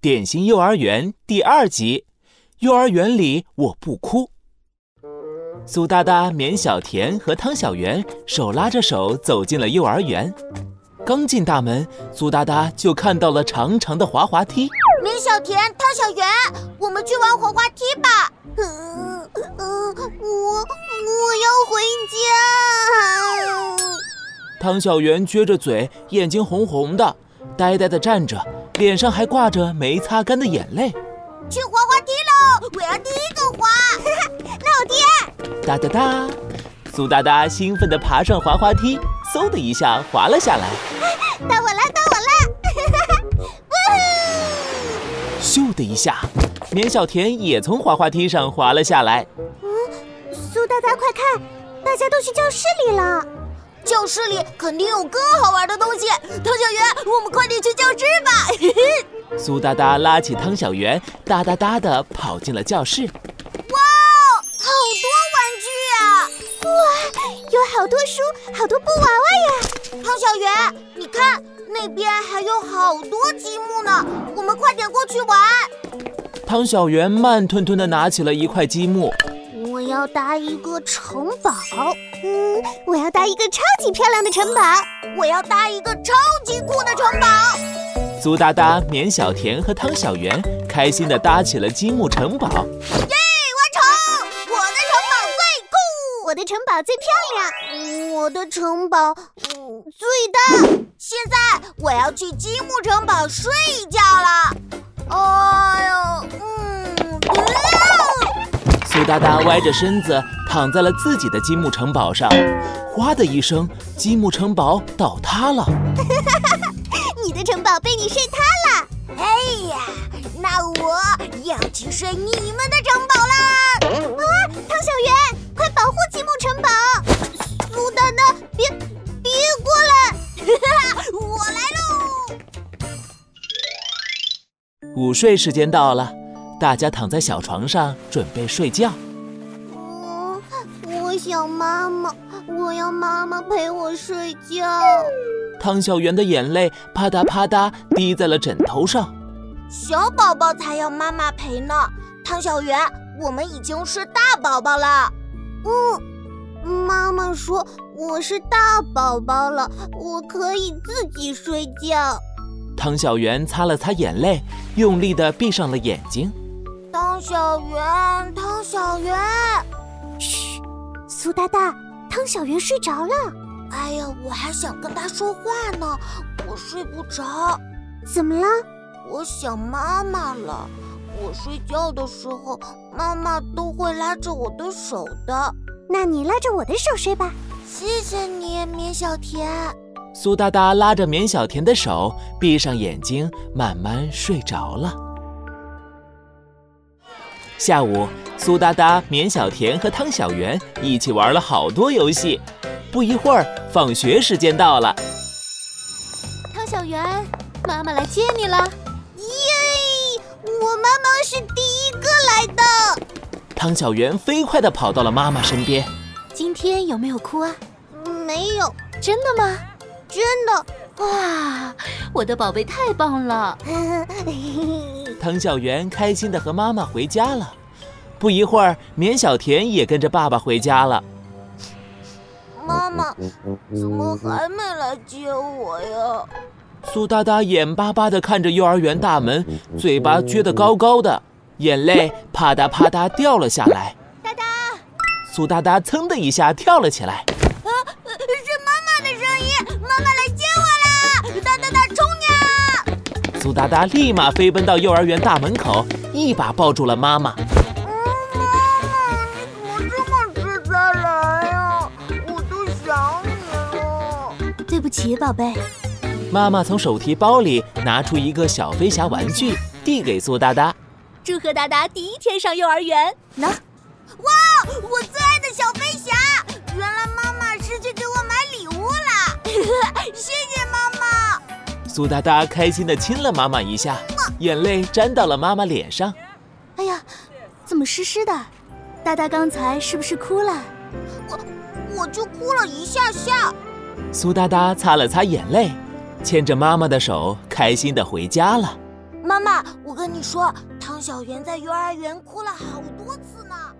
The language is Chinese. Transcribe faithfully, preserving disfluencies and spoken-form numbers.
点心幼儿园第二集，幼儿园里我不哭。苏哒哒、绵小甜和汤小圆手拉着手走进了幼儿园。刚进大门，苏哒哒就看到了长长的滑滑梯。 绵小甜、汤小圆，我们去玩滑滑梯吧。嗯嗯，我我要回家。 汤小圆撅着嘴，眼睛红红的，呆呆地站着，脸上还挂着没擦干的眼泪。 去滑滑梯喽！我要第一个滑。那我第二。 哒哒哒，苏哒哒兴奋地爬上滑滑梯，嗖的一下滑了下来。 到我了，到我了！ 咻的一下，绵小甜也从滑滑梯上滑了下来。 嗯，苏哒哒，快看，大家都去教室里了。教室里肯定有更好玩的东西。汤小圆，我们快点去教室吧！ 苏哒哒拉起汤小圆，哒哒哒地跑进了教室。 哇，好多玩具啊！哇，有好多书，好多布娃娃呀！汤小圆，你看那边还有好多积木呢，我们快点过去玩。 汤小圆慢吞吞地拿起了一块积木。 我要搭一个城堡，嗯，我要搭一个超级漂亮的城堡，我要搭一个超级酷的城堡。 苏哒哒、绵小甜和汤小圆开心地搭起了积木城堡。耶， 完成！我的城堡最酷，我的城堡最漂亮，我的城堡、嗯、最大。现在我要去积木城堡睡觉了。哎呦，嗯。 苏哒哒歪着身子躺在了自己的积木城堡上，哗的一声，积木城堡倒塌了。 你的城堡被你睡塌了。哎呀，那我要去睡你们的城堡啦！啊，汤小圆，快保护积木城堡！苏哒哒，别别过来！我来喽！ 午睡时间到了，大家躺在小床上准备睡觉。 嗯，我想妈妈，我要妈妈陪我睡觉。 汤小圆的眼泪啪嗒啪嗒滴在了枕头上。 小宝宝才要妈妈陪呢，汤小圆，我们已经是大宝宝了。嗯，妈妈说我是大宝宝了，我可以自己睡觉。 汤小圆擦了擦眼泪，用力地闭上了眼睛。 汤小圆，汤小圆，嘘，苏哒哒，汤小圆睡着了。哎呀，我还想跟他说话呢，我睡不着。怎么了？我想妈妈了。我睡觉的时候，妈妈都会拉着我的手的。那你拉着我的手睡吧。谢谢你，绵小甜。 苏哒哒拉着绵小甜的手，闭上眼睛，慢慢睡着了。下午，苏哒哒、绵小甜和汤小圆一起玩了好多游戏。不一会儿，放学时间到了。 汤小圆，妈妈来接你了。 耶！我妈妈是第一个来的。 汤小圆飞快地跑到了妈妈身边。 今天有没有哭啊？ 没有。 真的吗？ 真的。 哇，我的宝贝太棒了。 汤小圆开心地和妈妈回家了。不一会儿，绵小甜也跟着爸爸回家了。 妈妈，怎么还没来接我呀？ 苏哒哒眼巴巴地看着幼儿园大门，嘴巴撅得高高的，眼泪啪嗒啪嗒掉了下来。 哒哒， 苏哒哒噌的一下跳了起来。 啊，是妈妈的声音，妈妈来接我啦！哒哒哒，冲呀！ 苏哒哒立马飞奔到幼儿园大门口，一把抱住了妈妈。 对不起，宝贝。 妈妈从手提包里拿出一个小飞侠玩具，递给苏哒哒。 祝贺哒哒第一天上幼儿园。喏， 哇，我最爱的小飞侠！原来妈妈是去给我买礼物了，谢谢妈妈。 苏哒哒开心地亲了妈妈一下，眼泪沾到了妈妈脸上。 哎呀，怎么湿湿的？哒哒刚才是不是哭了？ 我我就哭了一下下。 苏哒哒擦了擦眼泪，牵着妈妈的手，开心地回家了。 妈妈，我跟你说，汤小圆在幼儿园哭了好多次呢。